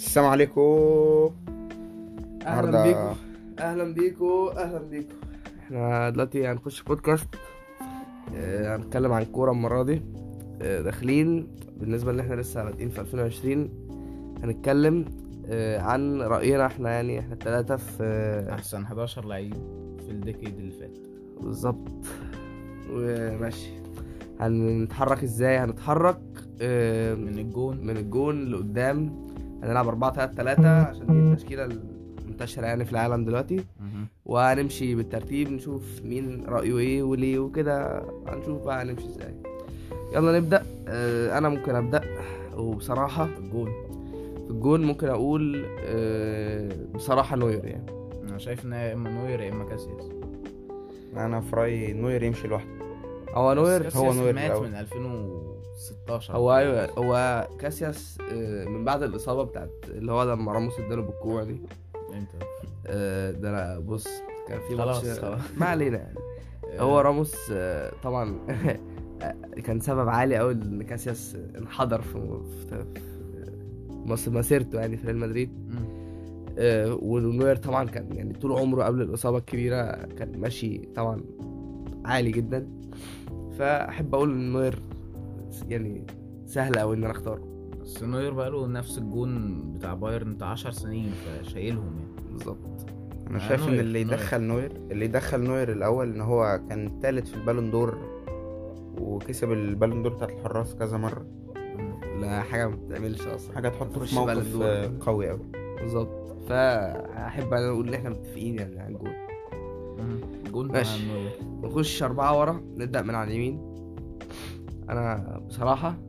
السلام عليكم. اهلا بيكم اهلا بيكم احنا دلوقتي هنخش بودكاست. هنتكلم عن كوره المره دي. داخلين بالنسبه ان احنا لسه بادئين في 2020. هنتكلم عن راينا احنا، يعني احنا الثلاثه في احسن 11 لعيب في الديكيد اللي فات. بالظبط. وماشي، هنتحرك ازاي؟ هنتحرك من الجون لقدام. هنلعب 4-3-3 عشان دي التشكيله المنتشره يعني في العالم دلوقتي. وهنمشي بالترتيب، نشوف مين رأيه ايه وليه وكده. هنشوف بقى هنمشي ازاي. يلا نبدأ. انا ممكن ابدأ. وبصراحة الجون في الجون ممكن اقول بصراحة نوير. يعني انا شايف ان يا اما نوير يا اما كاسياس. انا في رايي نوير يمشي لوحده. هو نوير نوير مات الأول. من 2016. هو كاسياس من بعد الإصابة بتاعت اللي هو لما راموس اداله بالكوع دي. انت ده انا بص، كان في خلاص. ماتش ما علينا يعني. هو راموس طبعا كان سبب عالي قوي ان كاسياس انحدر في مسيرته يعني في ريال مدريد. ونوير طبعا كان يعني طول عمره قبل الاصابه الكبيره كان ماشي طبعا عالي جدا. فاحب اقول ان نوير يعني سهل قوي ان انا اختاره. بس نوير بقاله نفس الجون بتاع بايرن بتاع 10 سنين فشايلهم يعني. بالظبط. انا شايف ان نوير. اللي يدخل نوير الاول ان هو كان ثالث في البالون دور، وكسب البالون دور بتاعت الحراس كذا مره. لا حاجه ما بتعملش اصلا، حاجه تحطه نخش في موقف بالون دور. قوي قوي. بالظبط. فاحب انا اقول ان احنا متفقين يعني على الجول. الجون ماشي. بتاع نوير. نخش 4 ورا، نبدأ من على اليمين. أنا بصراحة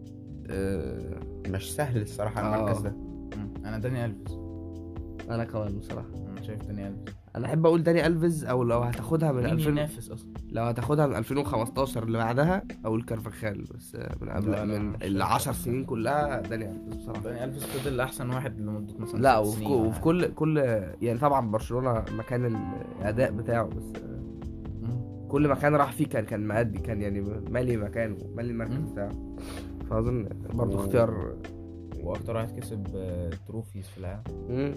مش سهل الصراحه المركز ده. انا داني الفيز. أنا كمان بصراحة انا شايف داني الفيز. أنا أحب أقول داني ألفيز، أو لو هتاخدها من مين 2000، ينافس اصلا؟ لو هتاخدها من 2015 اللي بعدها أقول كارفاخال. بس من لا، قبل من مش ال10 شايف. سنين كلها داني ألفيز بصراحة. داني الفيز فضل احسن واحد لمده مثلا لا 6 سنين وفي كل يعني طبعا برشلونة مكان الأداء بتاعه، بس كل مكان راح فيه كان مأدي، كان يعني مالي مكانه، مالي المركز بتاعه. فأظن برضو اختيار. واكتر واحد كسب تروفيز في العالم.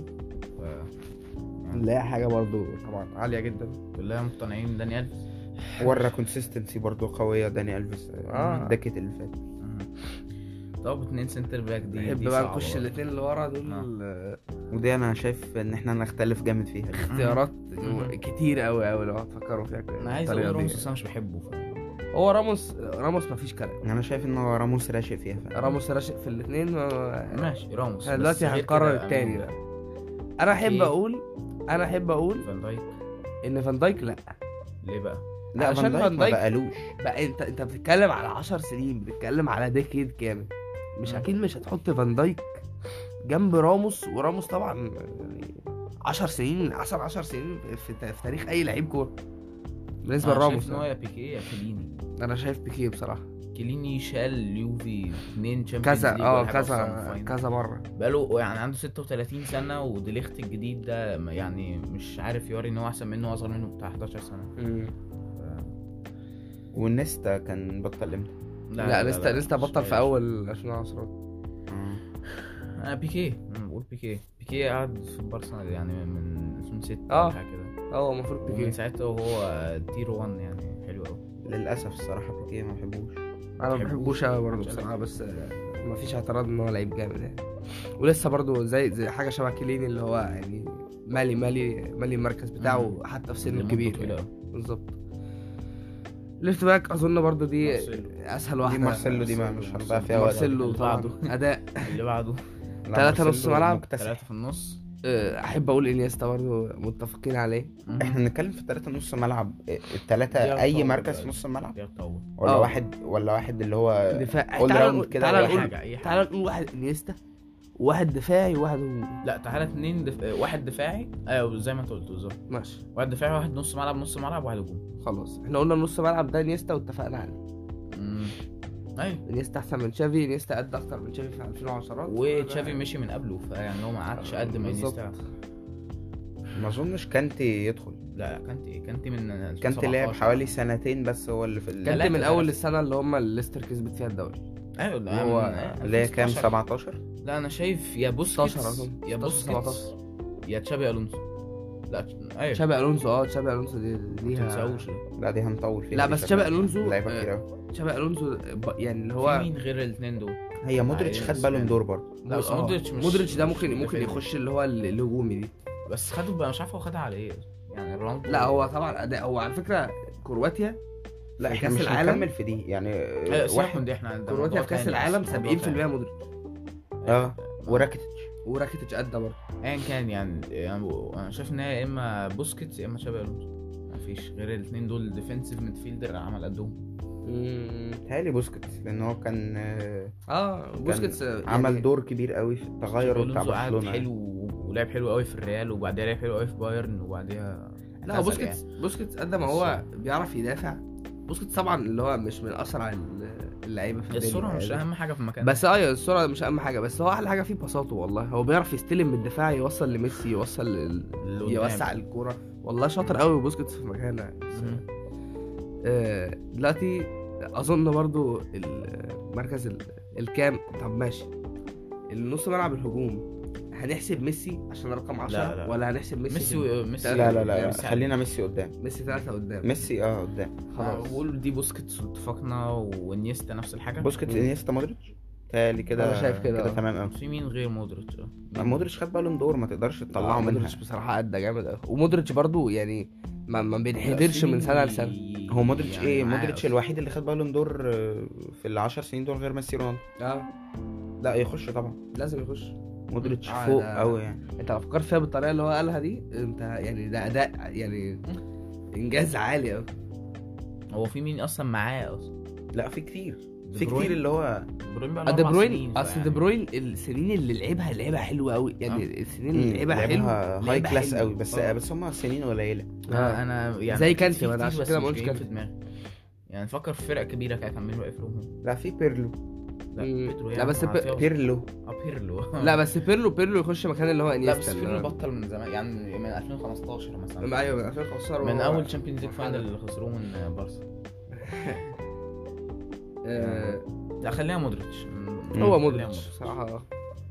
لا حاجة برضو طبعا عالية جدا. كلنا مقتنعين داني الفيز. ورا كونسيستنسي برضو قويه داني الفيس الدكت اللي فات. طب 2 سنتر باك دي نحب بقى نخش الاثنين اللي ورا دول. ودي انا شايف ان احنا نختلف جامد فيها. اختيارات كتير قوي لو هتفكروا فيها كده. انا عايز اقول راموس بس انا مش بحبه هو راموس مفيش كلام. انا شايف ان هو راموس راشق فيها راموس راشق في الاثنين. ماشي راموس. احنا دلوقتي هنقرر التاني ده. انا احب اقول فان دايك. ان فان دايك لا. ليه بقى؟ لا علشان فان دايك ما بقالوش بقى. انت بتتكلم على 10 سنين، بتتكلم على ديكيد كامل. مش اكيد مش هتحط فان دايك جنب راموس. وراموس طبعا يعني 10 سنين، احسن 10 سنين في تاريخ اي لعيب كوره بالنسبه لراموس. شايف ان هو يا بيكيه يا كليني. انا شايف بيكيه بصراحه. كليني شال يوفي 2 تشامبيونز كذا مره. بقاله يعني عنده 36 سنه، وديليخت الجديد ده يعني مش عارف يوري ان هو احسن منه واصغر منه بتاع 11 سنه. والنستا كان بطل امتى؟ لا لسه بطل في اول 2010. بيكيه. بقول بيكيه قعد في البارسا يعني من 2006 حاجه كده. هو المفروض بيكيه من ساعتها وهو تير 1 يعني حلو قوي. للاسف الصراحه بيكيه ما بحبوش. انا ما بحبوش قوي برضه بصراحه، بس ما فيش اعتراض ان هو لعيب جامد يعني. ولسه برضه زي حاجه شبه كيليني اللي هو يعني مالي المركز بتاعه حتى في سنه الكبير يعني. بالظبط. ليفت باك اظن برضه دي اسهل واحده. دي مارسيلو دي ما مش هنضيع فيها وقت. مارسيلو طبعا اداء. اللي بعده 3 نص ملعب. 3 في النص. احب اقول انيستا برضه متفقين عليه. احنا بنتكلم في 3 نص ملعب. الثلاثه اي مركز في نص الملعب ولا واحد اللي هو دفاع. تعال نقول واحد انيستا، واحد دفاعي وواحد هجومي. لا تعالى 2 واحد دفاعي زي ما انت قلت بالظبط. ماشي. واحد دفاعي، واحد نص ملعب واحد هجومي. خلاص احنا قلنا نص ملعب ده انيستا واتفقنا عليه. ايوه انيستا احسن من تشافي. انيستا قد اكتر من تشافي في 2010. وتشافي مشي من قبله، فيعني هو ما عادش قد ما انيستا. ما اظنش كانتي يدخل. لا كانتي من كانتي لعب حوالي سنتين بس هو اللي في كانتي من اول السنه اللي هم ليستر كسبت فيها الدوري. ايوه لا، هو اللي هي كام 16. 17. لا انا شايف يا 16 بوسكيتس أظن. يا 16 بوسكيتس 17. يا تشابي الونسو. لا ايوه تشابي الونسو تشابي الونسو دي ما ليها. تنساوش ده. لا دي هنطول فيها. لا دي بس شكلها تشابي الونسو لعيبه كتير قوي. تشابي الونسو يعني اللي في هو مين غير الاثنين دول؟ هي مودريتش خد بالون دور برضه. لا بس مودريتش مش مودريتش ده مش ممكن دفاعي. يخش اللي هو الهجومي دي. بس خده بقى مش عارف هو خدها على ايه يعني رونالدو. لا هو طبعا اداء، هو على فكره كرواتيا لا في احنا كأس مش العالم. هنكمل في دي يعني. سيبك من واحد دي احنا ده كرواتيا موضوع في كاس تاني العالم أصلاً، موضوع 70% تاني. مودريتش. وراكيتيتش. وراكيتيتش ادى برضه. ايا كان يعني انا شايف ان هي يا اما بوسكيتس يا اما تشابي الونسو. مفيش غير الاثنين دول ديفنسيف ميدفيلدر عمل قدهم. تهيألي بوسكيتس لان هو كان بوسكيتس عمل دور كبير قوي في التغير بتاع الونسو قعد برشلونه. حلو ولعب حلو قوي في الريال وبعديها لعب حلو قوي في بايرن وبعديها لا اعتزل بوسكيتس قد ما هو بيعرف يدافع. بوسكيتس طبعا اللي هو مش من اسرع اللعيبه في الدنيا. السرعه مش يعني. اهم حاجه في المكان بس السرعه مش اهم حاجه، بس هو احلى حاجه فيه بساطه والله. هو بيعرف يستلم من الدفاع يوصل لميسي، يوصل يوسع الكوره. والله شاطر قوي بوسكيتس في مكانه. دلوقتي اظن برضو المركز الكام. طب ماشي، النص ملعب الهجوم هنحسب ميسي عشان رقم 10 لا. ولا هنحسب ميسي ميسي لا ميسي خلينا ميسي قدام. ميسي 3 قدام. ميسي قدام خلاص. بقول دي بوسكيتس اتفقنا وانيستا نفس الحاجه. بوسكيتس انيستا مودريتش تالي كده. أنا شايف كده. تمام قوي. في مين غير مودريتش؟ مودريتش خد بالون دور ما تقدرش تطلعه منها. مودريتش بصراحه ادى جامد قوي، ومودريتش برضو يعني ما بينحدرش من سنه لسنه. هو مودريتش يعني معاه مودريتش الوحيد اللي خد بالون دور في ال10 سنين دول غير ميسي رونالدو. لا يخش طبعا، لازم يخش. مودريتش فوق قوي يعني. انت لو فكرت فيها بالطريقه اللي هو قالها دي، انت يعني ده اداء يعني انجاز عالي قوي. هو في مين اصلا معاه اصلا؟ لا في كتير، دي بروين. اللي هو دي بروين بقى دي بروين. اصل دي بروين السنين اللي لعبها حلوه قوي يعني. السنين اللي لعبها حلو، هاي كلاس قوي. بس آه. بس هم سنين قليله. انا يعني زي أكيد كانتي، في ما كتير أنا عشان بس كده ما مش قلتش جايين كانتي. في دماغي. يعني نفكر في فرق كبيره كانت عاملين واقف لهم. لا في بيرلو. لا بيدرو لا بس بيرلو. بيرلو لا بس بيرلو يخش مكان اللي هو لا انيستا. بس بيرلو بطل من زمان يعني من 2015 مثلا. ايوه من 2015 من اول تشامبيونز ليج فاينل اللي خسروه من بارسا. لا خلينا مودريتش. هو مودريتش صراحه.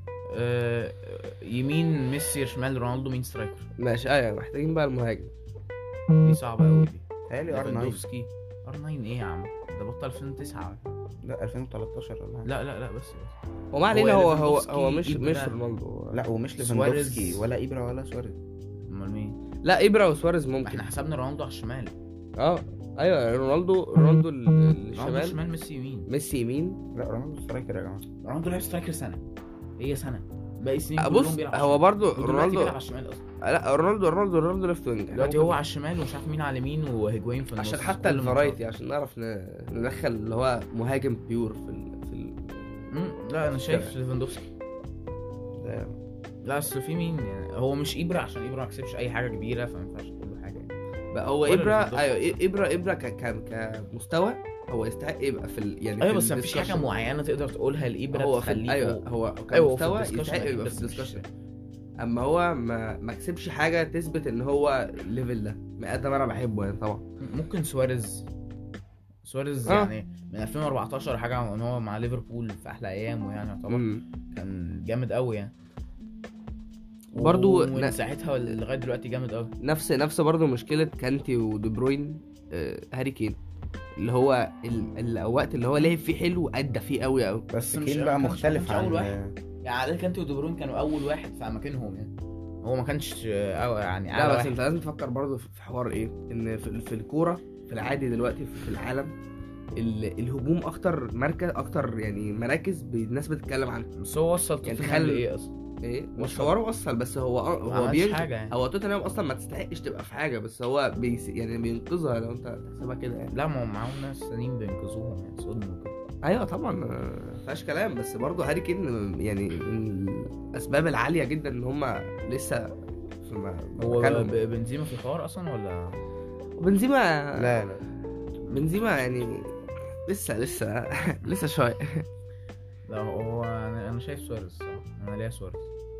يمين ميسي، شمال رونالدو، مين سترايكر؟ ماشي. ايوه محتاجين بقى المهاجم. دي صعبه قوي دي. تهيألي ار 9. ليفاندوفسكي. ار 9 ايه يا عم؟ ده بطل 2009. لا 2013 ولا لا بس وما علينا. هو ليفاندوفسكي، مش إبرا. رونالدو. لا ومش سواريز. ليفاندوفسكي ولا إبرا ولا سواريز. امال مين؟ لا ابرا وسواريز ممكن. احنا حسبنا رونالدو على الشمال. ايوه رونالدو رونالدو الشمال. شمال، ميسي يمين. ميسي يمين. لا رونالدو سترايكر يا جماعه. رونالدو لعب سترايكر سنه، هي سنه باقي السنين بص كلهم بيلعب على هو الشمال. برضو ودلوقتي رونالدو. بيلعب على الشمال اصلا. لا رونالدو ليفت وينج. دلوقتي هو على الشمال ومش عارف مين على اليمين وهيجوين في النص. عشان حتى كل الفرايتي، عشان نعرف ندخل اللي هو مهاجم بيور في لا انا شايف ليفاندوفسكي. ده لا اصل في مين يعني، هو مش ابرا عشان ابرا ما كسبش اي حاجه كبيره فما ينفعش تقول له حاجه يعني. بقى هو ولا ابرا. ليفاندوفسكي. ايوه ابرا كمستوى هو يستحق يبقى في يعني ايوه في بس مفيش حاجه الدiscussion. معينه تقدر تقولها لابرا هو تخليه ايوه فوق. هو ايوه كمستوى في يستحق الدiscussion يبقى بس في مش- الدسكشن. اما هو ما كسبش حاجه تثبت ان هو الليفل ده. ما قد ما انا بحبه يعني طبعا. ممكن سواريز يعني من 2014 حاجه ان هو مع ليفربول في احلى ايامه يعني يعتبر كان جامد قوي يعني. برضو ومن ساعتها لغايه دلوقتي جامد قوي. نفس برضو مشكله كانتي ودي بروين. هاري كين اللي هو الوقت اللي هو لعب فيه حلو ادى فيه قوي. بس مش- كين بقى ما كانش- مختلف ما كانش أول عن واحد. يعني عادل كانتي ودي بروين كانوا اول واحد في اماكنهم يعني. هو ما كانش يعني لا أعلى بس واحد. انت لازم تفكر برضو في حوار ايه، ان في الكوره في العادي دلوقتي في العالم الهجوم اكتر مركز، اكتر يعني مراكز الناس بتتكلم عنها. بس هو وصل يعني توتنهام تخيل- لايه اصلا؟ ايه وصل. مشواره وصل. بس هو ما هو عملش حاجه يعني. هو توتنهام اصلا ما تستحقش تبقى في حاجه، بس هو يعني بينقذها لو انت تحسبها كده يعني. لا ما هو معاهم ناس تانيين بينقذوهم يعني صدموا كده. ايوه طبعا ما فيهاش كلام. بس برضه هاري كين يعني من الاسباب العاليه جدا ان هم لسه في هو مكانهم. بنزيما في الحوار اصلا ولا؟ بنزيما لا بنزيما يعني لسه شويه. لا هو انا شايف سواريز الصراحه. انا ليا سواريز.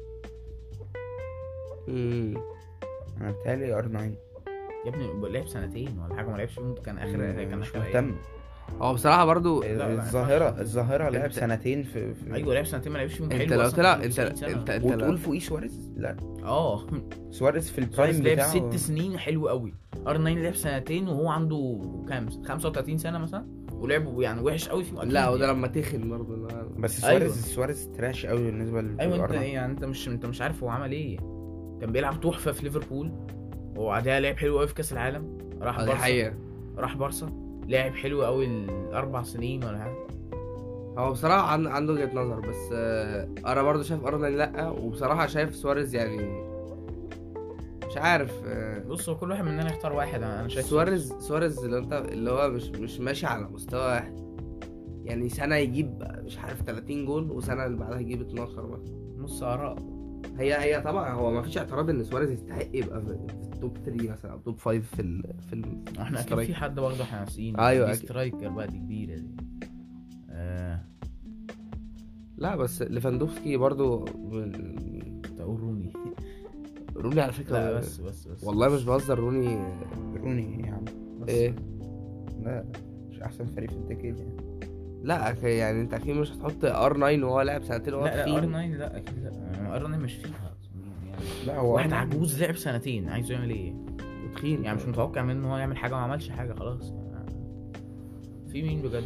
انا بتهيألي ار 9. يا ابني لعب سنتين ولا حاجه، ما لعبش كان اخر مش أيام. مهتم. هو بصراحه برضو لا، الظاهره لعب أنت- سنتين في ايوه لعب سنتين ما لعبش فيهم حلو انت لو أصلاً، طلع عنده 90 سنة. انت وتقول لو فوقيه سواريز؟ لا، سواريز في سواريز البرايم لعب بتاعه 6 سنين حلو قوي. ار 9 لعب سنتين وهو عنده كام 35 سنه مثلا، ولعب يعني وحش قوي فيه. لا وده يعني. لما تخن برضو بس أيوة. سواريز تراش قوي بالنسبه ايوه انت للأربعة. يعني انت مش عارف هو عمل ايه. كان بيلعب تحفه في ليفربول، وبعدها لعب حلو قوي في كاس العالم، راح دي بارسا. حقيقه. راح بارسا لعب حلو قوي ال4 سنين ولا حاجه. هو بصراحه عنده وجهه نظر، بس انا برضو شايف ارنولد لا، وبصراحه شايف سواريز يعني مش عارف. بص هو كل واحد مننا يختار واحد. انا شايف سواريز اللي هو مش ماشي على مستوى واحد، يعني سنه يجيب مش عارف 30 جول وسنه اللي بعدها يجيب 12 مثلا. نص اراء. هي طبعا هو ما فيش اعتراض ان سواريز يستحق يبقى في التوب 3 مثلا او توب 5 احنا اكيد في حد برضه احنا ناسيين. أيوة دي أكيد. سترايكر بقى، دي كبيره دي. لا بس ليفاندوفسكي برضو تقول روني. روني على فكره. لا بس والله مش بهزر. روني يا عم. ايه؟ لا مش احسن فريق في الدكيد يعني. لا يعني انت اكيد مش هتحط ار 9 وهو لاعب سنتين وهو لا ار تخين. 9 لا اكيد لا. ار 9 مش فيها يعني. لا هو واحد عجوز لعب سنتين عايزه يعمل ايه وتخين يعني؟ مش متوقع منه ان هو يعمل حاجه وما عملش حاجه خلاص يعني. في مين بجد؟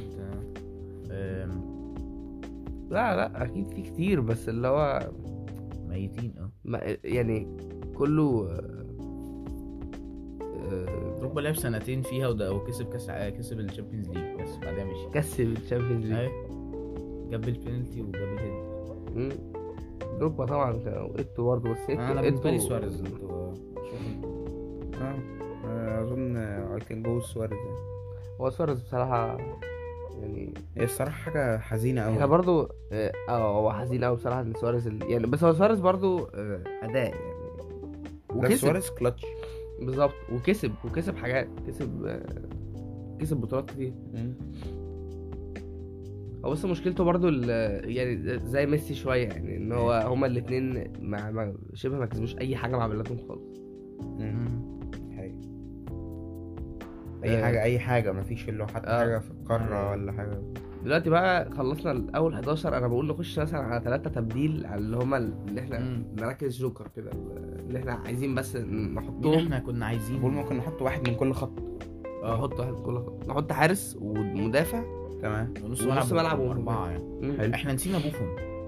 لا اكيد في كتير، بس اللي هو ميتين. يعني كله دروجبا لعب سنتين فيها وكسب كسب الشامبيونز ليج بس بعدها مشي. كسب الشامبيونز ليج. جاب البينالتي وجاب الهيد. دروجبا طبعا وإيتو برضه، بس انا بالنسبه لي إيتو- سواريز. اظن اي كان جو سواريز يعني. هو سواريز بصراحه يعني هي الصراحه حاجه حزينه هي قوي. برضه هو حزين قوي بصراحه ان سواريز يعني، بس هو سواريز برضه اداء يعني. لا سواريز كلاتش بالظبط، وكسب حاجات، كسب بطولات كتير. هو بس مشكلته برضو يعني زي ميسي شويه، يعني ان هو هما الاثنين شبه ما كسبوش اي حاجه مع بلادهم خالص. اي حاجه ما فيش الا حتى حاجه في القاره ولا حاجه. دلوقتي بقى خلصنا الاول 11. انا بقول نخش مثلا على 3 تبديل، على اللي هما اللي احنا نركز جوكر كده، اللي احنا عايزين بس نحطهم. احنا كنا عايزين ممكن نحط واحد من كل خط. نحط واحد من كل خط، نحط حارس ومدافع تمام، ونص ملعب واربعه يعني. حلو. احنا نسينا بوفون.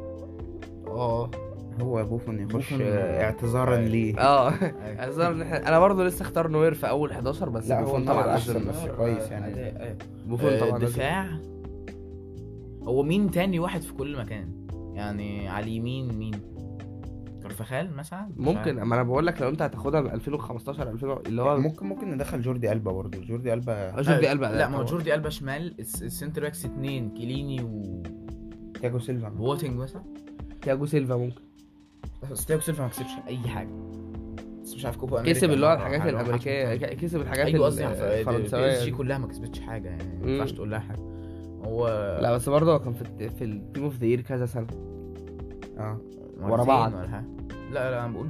هو بوفون يخش بوفون اعتذارا ليه. اعتذارا ان انا برضه لسه اختار نوير في اول 11، بس لا هو بوفون طبعا طبعا احسن بس كويس يعني. بوفون طبعا دفاع. هو مين تاني واحد في كل مكان يعني؟ على اليمين مين؟ كارفخال مثلا ممكن. اما انا بقول لك لو انت هتاخدها من 2015 2000 اللي هو ممكن ندخل جوردي ألبا برضه. جوردي ألبا لا ما هو جوردي ألبا شمال. السنتر باكس 2 كيليني تياجو سيلفا بواتينج مثلا. تياجو سيلفا ممكن. بس تياجو سيلفا ما كسبش اي حاجه، بس مش عارف كوبا امريكا كسب اللي هو الحاجات الامريكيه، كسب الحاجات ايوه قصدي الفرنساويه. جي كلها ما كسبتش حاجه يعني، ما ينفعش تقول لها حاجه. هو لا بس برضه هو كان في التيم اوف ذا يير كذا سنه ورا بعض. لا انا بقول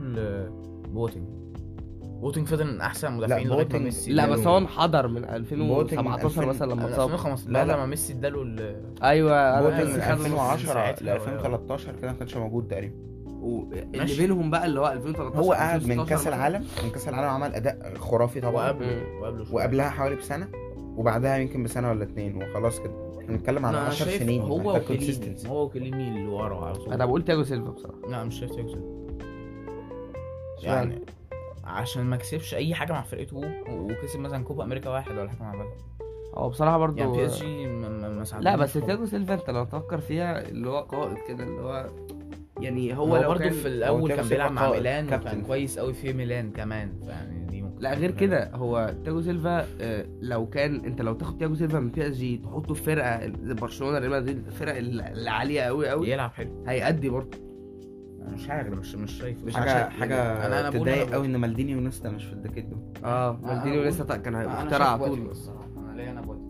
بوتينج فضل من احسن مدافعين لغايه ما ميسي. لا بس هو انحدر من 2017 مثلا لما اتصاب. 2015 لا لما ميسي اداله ايوه بوتينج من 2010 ل 2013 كده ما كانش موجود تقريبا. اللي بينهم بقى اللي هو 2013 هو قاعد من كاس العالم. عمل اداء خرافي طبعا، وقبلها حوالي بسنه، وبعدها يمكن بسنه ولا 2 وخلاص كده. احنا بنتكلم عن 10 سنين. هو وكليني اللي ورا على طول. انا بقول تياجو سيلفا بصراحه. لا مش شايف تياجو سيلفا يعني عشان ما كسبش اي حاجه مع فرقته، وكسب مثلا كوبا امريكا واحد ولا حاجه مع بلد. هو بصراحه برضو يعني بي اس جي ما ساعدوش. لا بس تياجو سيلفا انت لو تفكر فيها اللي هو قائد كده، اللي هو يعني هو لو برضو كان في الاول كان بيلعب مع ميلان كابتن. وكان كويس قوي في ميلان كمان، يعني دي ممكن. لا غير كده هو تياجو سيلفا لو كان انت لو تاخد تياجو سيلفا من بي اس جي تحطه في فرقه زي برشلونه ريال مدريد، الفرق اللي عاليه قوي يلعب حلو، هيأدي برضه. مش عارف، مش شايف حاجه انا تضايق قوي ان مالديني ونيستا مش في الدكيت دول. مالديني ولسه كان هيخترع على طول. انا ليه انا بودي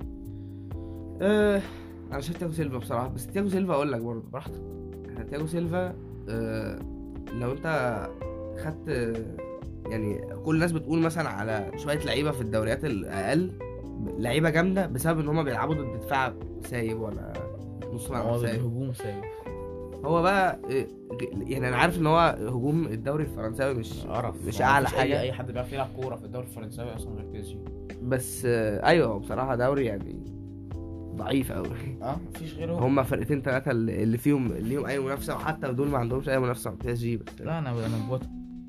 انا شايف تياجو سيلفا بصراحه، بس تياجو سيلفا اقول لك برضه براحتك. تياجو سيلفا لو انت خدت يعني كل الناس بتقول مثلا على شويه لعيبه في الدوريات الاقل لعيبه جامده بسبب ان هم بيلعبوا ضد دفاع سايب ولا نص ملعب سايب، هجوم سايب. هو بقى يعني انا عارف ان هو هجوم الدوري الفرنساوي مش اعلى حاجه. اي حد بيعرف يلعب كوره في الدوري الفرنساوي اصلا غير PSG. بس ايوه بصراحه دوري يعني ضعيف قوي. مفيش غيره. هم فرقتين ثلاثه اللي فيهم ليهم اي منافسه، وحتى دول ما عندهمش اي منافسه مع PSG بس. لا انا بوت.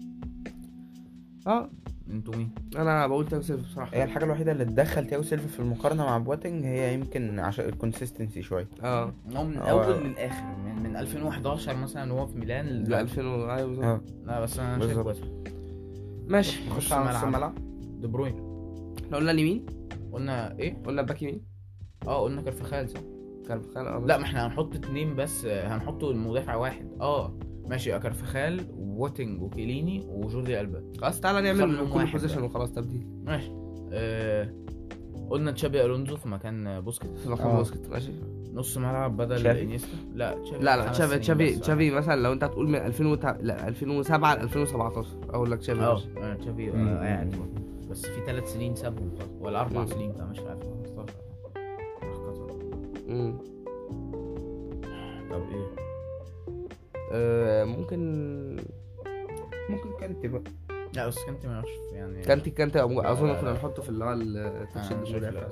انتوا مين؟ انا بقول تياجو سيلفا بصراحه. هي الحاجه الوحيده اللي تدخل تياجو سيلفا في المقارنه مع بواتينج هي يمكن عشان الكونسيستنسي شويه. هو من اول للاخر من 2011 مثلا وهو في ميلان ل 2000 ايوه لا بس انا شايف بواتينج. ماشي نخش على نص الملعب. دي بروين. احنا قلنا اليمين، قلنا ايه؟ قلنا باك يمين. قلنا كارفخال صح؟ كارفخال لا ما احنا هنحط 2 بس، هنحطه المدافع واحد. ماشي، كارفخال وواتينج وكيليني وجوردي ألبا. خلاص تعالى نعمل كل بوزيشن وخلاص تبديل. ماشي. قلنا تشابي الونزو في مكان بوسكيتس. ماشي. نص ملعب بدل انيستا. لا تشافي مثلا لو انت هتقول من 2007 ل 2017 اقول لك تشافي. تشافي قاعد بس في 3 سنين سابهم ولا 4 سنين كمان، مش عارف 15 طب ايه؟ ممكن كانتي بقى. لا بس كانتي ما يعرفش يعني. كانتي اظن كنا نحطه في اللي هو التشكيل المدافع.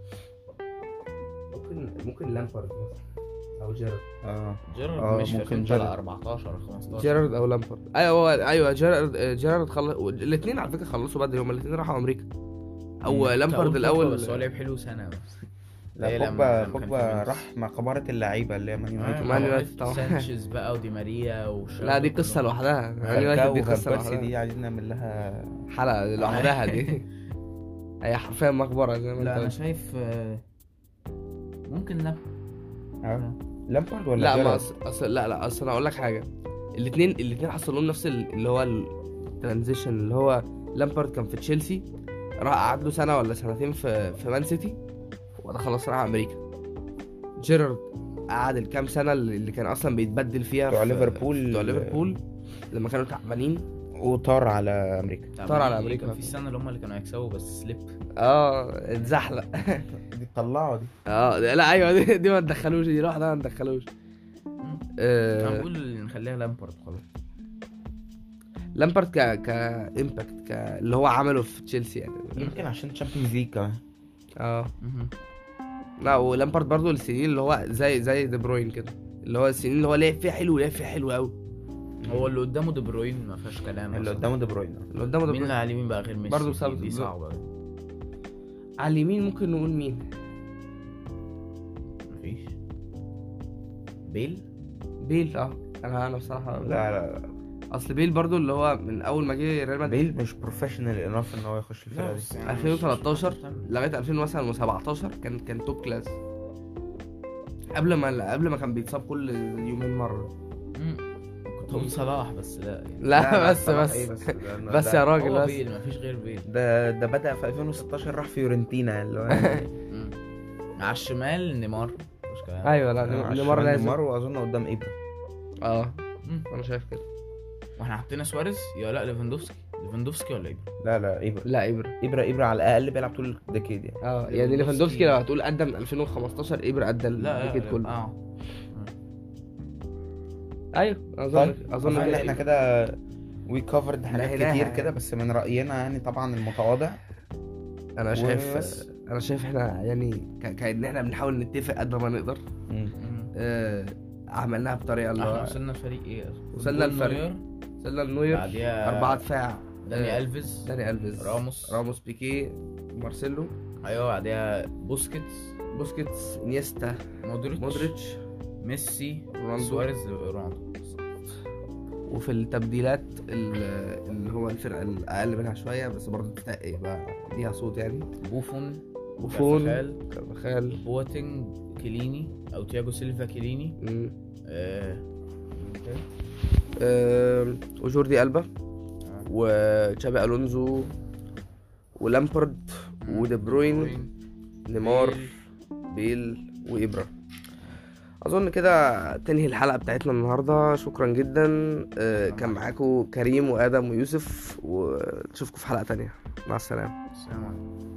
ممكن لامبارد او جيرارد. جيرارد مش ممكن 14 15. جيرارد او لامبارد. ايوه جيرارد خلص. الاثنين على فكره خلصوا بدري، هم الاثنين راحوا امريكا. او لامبارد الاول بس هو لعب حلو سنه بس. لا بوجبا راح مع كبارة اللعيبه اللي هي مان يونايتد طبعا. سانشيز بقى ودي ماريا لا دي قصه لوحدها. دي قصه لوحدها، دي عايزين نعمل لها حلقه لوحدها دي. هي حرفيا مقبره زي ما انت. لا انا شايف ممكن لامبارد ولا لا لا اصل انا اقول لك حاجه. الاثنين حصل لهم نفس اللي هو الترانزيشن، اللي هو لامبارد كان في تشيلسي، راح قعد له سنه ولا سنتين في مان سيتي، وده خلاص راح امريكا. جيرارد قعد الكام سنه اللي كان اصلا بيتبدل فيها بتوع ليفربول لما كانوا تعبانين، وطار على امريكا. في السنه اللي كانوا هيكسبوا بس سليب. اتزحلق. دي طلعوا دي. لا ايوه دي ما تدخلوش، دي لوحدها ما تدخلوش. انا بقول نخليها لامبارد خلاص. لامبارد كامباكت اللي هو عمله في تشيلسي يعني. يمكن عشان تشامبيونز ليج كمان. لا ولامبارد برضو السنين اللي هو زي دي بروين كده، اللي هو السنين اللي هو لعب فيها حلو قوي. هو اللي قدامه دي بروين ما فيهاش كلام. اللي قدامه دي بروين مين اللي على اليمين بقى غير ميسي؟ برضو دي صعبه. على اليمين ممكن نقول مين؟ مفيش. بيل انا بصراحه لا اصل بيل برضو اللي هو من اول ما جه ريال مدريد بيل مش بروفيشنال انف ان هو يخش الفرقه دي. يعني 2013 لغايه 2017 كان توب كلاس، قبل ما كان بيتصاب كل يومين مره. كنت بقول صلاح بس لا يعني. لا بس يا راجل بس بيل مفيش غير بيل. ده بدأ في 2016 راح فيورنتينا اللي هو على الشمال نيمار. ايوه لا نيمار لازم. نيمار واظن قدام ابرا. انا شايف كده. واحنا حطينا سواريز لا ليفاندوفسكي ولا ابرا؟ لا ابرا على الاقل بيلعب طول الديكيد يعني. يعني ليفاندوفسكي لو هتقول قدم 2015 ابرا قدم الديكيد كله. ايوه اظن احنا كده وي كفرد حاجات كتير كده، بس من راينا يعني طبعا المتواضع. انا شايف احنا يعني كأن احنا بنحاول نتفق قد ما نقدر. عملناها بطريقه اللي احنا وصلنا الفريق ايه؟ وصلنا النوير بعديها 4 دفاع. داني ألفيز راموس بيكي مارسيلو. ايوه بعديها بوسكيتس انيستا مودريتش ميسي سواريز رونالدو. وفي التبديلات اللي هو الفرقه الاقل منها شويه بس برضه تستحق يبقى ليها صوت يعني. بوفون كارفخال بواتينج كيليني او تياجو سيلفا كيليني. وجوردي ألبا وتشابي الونزو ولامبارد ودي بروين نيمار بيل وإبرا. اظن كده تنهي الحلقه بتاعتنا النهارده. شكرا جدا. كان معاكم كريم وادم ويوسف، ونشوفكم في حلقه تانية. مع السلامه.